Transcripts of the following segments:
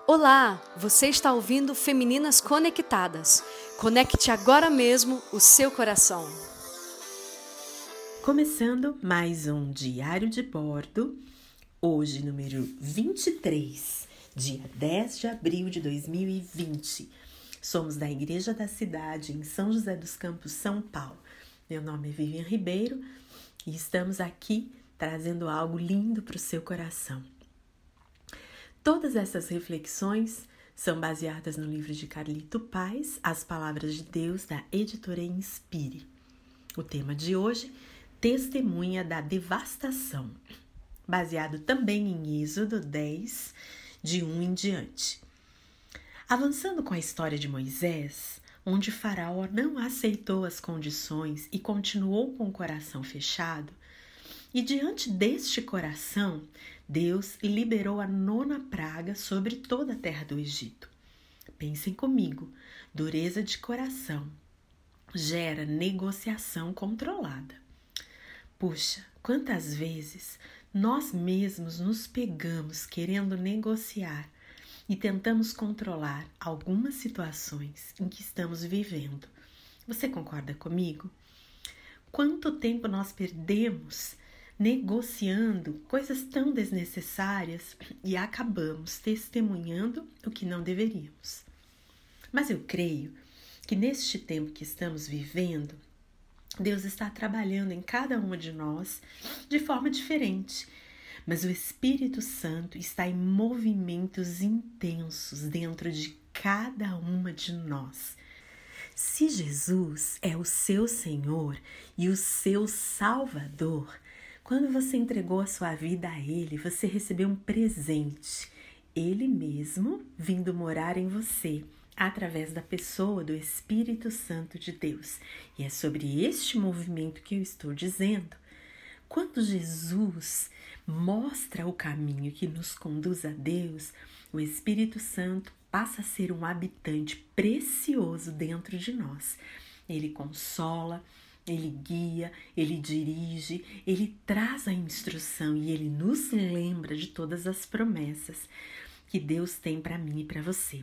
Olá, você está ouvindo Femininas Conectadas. Conecte agora mesmo o seu coração. Começando mais um Diário de Bordo, hoje número 23, dia 10 de abril de 2020. Somos da Igreja da Cidade, em São José dos Campos, São Paulo. Meu nome é Vivian Ribeiro e estamos aqui trazendo algo lindo para o seu coração. Todas essas reflexões são baseadas no livro de Carlito Paes, As Palavras de Deus, da editora Inspire. O tema de hoje, Testemunha da Devastação, baseado também em Êxodo 10, de 1 em diante. Avançando com a história de Moisés, onde Faraó não aceitou as condições e continuou com o coração fechado, e diante deste coração, Deus liberou a 9ª praga sobre toda a terra do Egito. Pensem comigo, dureza de coração gera negociação controlada. Puxa, quantas vezes nós mesmos nos pegamos querendo negociar e tentamos controlar algumas situações em que estamos vivendo. Você concorda comigo? Quanto tempo nós perdemos negociando coisas tão desnecessárias e acabamos testemunhando o que não deveríamos. Mas eu creio que neste tempo que estamos vivendo, Deus está trabalhando em cada uma de nós de forma diferente, mas o Espírito Santo está em movimentos intensos dentro de cada uma de nós. Se Jesus é o seu Senhor e o seu Salvador, quando você entregou a sua vida a Ele, você recebeu um presente. Ele mesmo vindo morar em você, através da pessoa do Espírito Santo de Deus. E é sobre este movimento que eu estou dizendo. Quando Jesus mostra o caminho que nos conduz a Deus, o Espírito Santo passa a ser um habitante precioso dentro de nós. Ele consola, ele guia, ele dirige, ele traz a instrução e ele nos lembra de todas as promessas que Deus tem para mim e para você.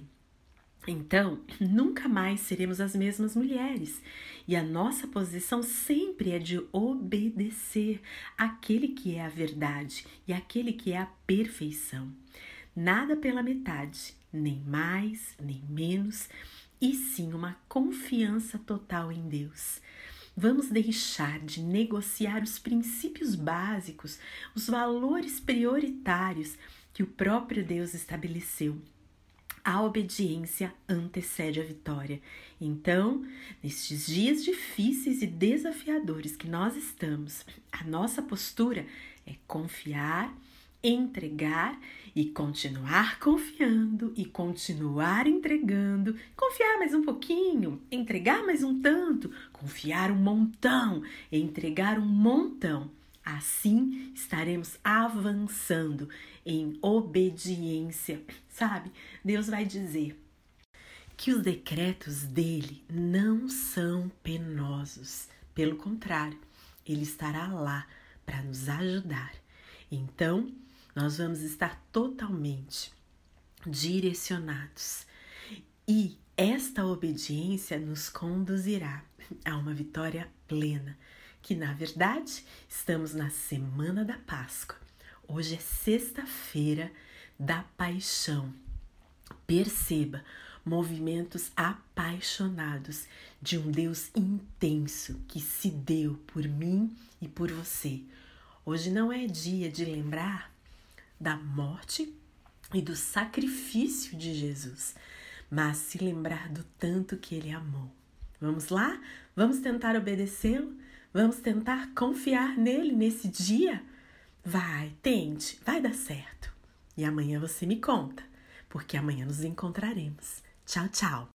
Então, nunca mais seremos as mesmas mulheres e a nossa posição sempre é de obedecer àquele que é a verdade e àquele que é a perfeição. Nada pela metade, nem mais, nem menos, e sim uma confiança total em Deus. Vamos deixar de negociar os princípios básicos, os valores prioritários que o próprio Deus estabeleceu. A obediência antecede a vitória. Então, nestes dias difíceis e desafiadores que nós estamos, a nossa postura é confiar, entregar e continuar confiando e continuar entregando, confiar mais um pouquinho, entregar mais um tanto, confiar um montão, entregar um montão. Assim estaremos avançando em obediência, sabe? Deus vai dizer que os decretos dele não são penosos. Pelo contrário, ele estará lá para nos ajudar. Então, nós vamos estar totalmente direcionados e esta obediência nos conduzirá a uma vitória plena, que na verdade estamos na semana da Páscoa. Hoje é sexta-feira da paixão. Perceba, movimentos apaixonados de um Deus intenso que se deu por mim e por você. Hoje não é dia de lembrar da morte e do sacrifício de Jesus, mas se lembrar do tanto que Ele amou. Vamos lá? Vamos tentar obedecê-lo? Vamos tentar confiar nele nesse dia? Vai, tente, vai dar certo. E amanhã você me conta, porque amanhã nos encontraremos. Tchau, tchau.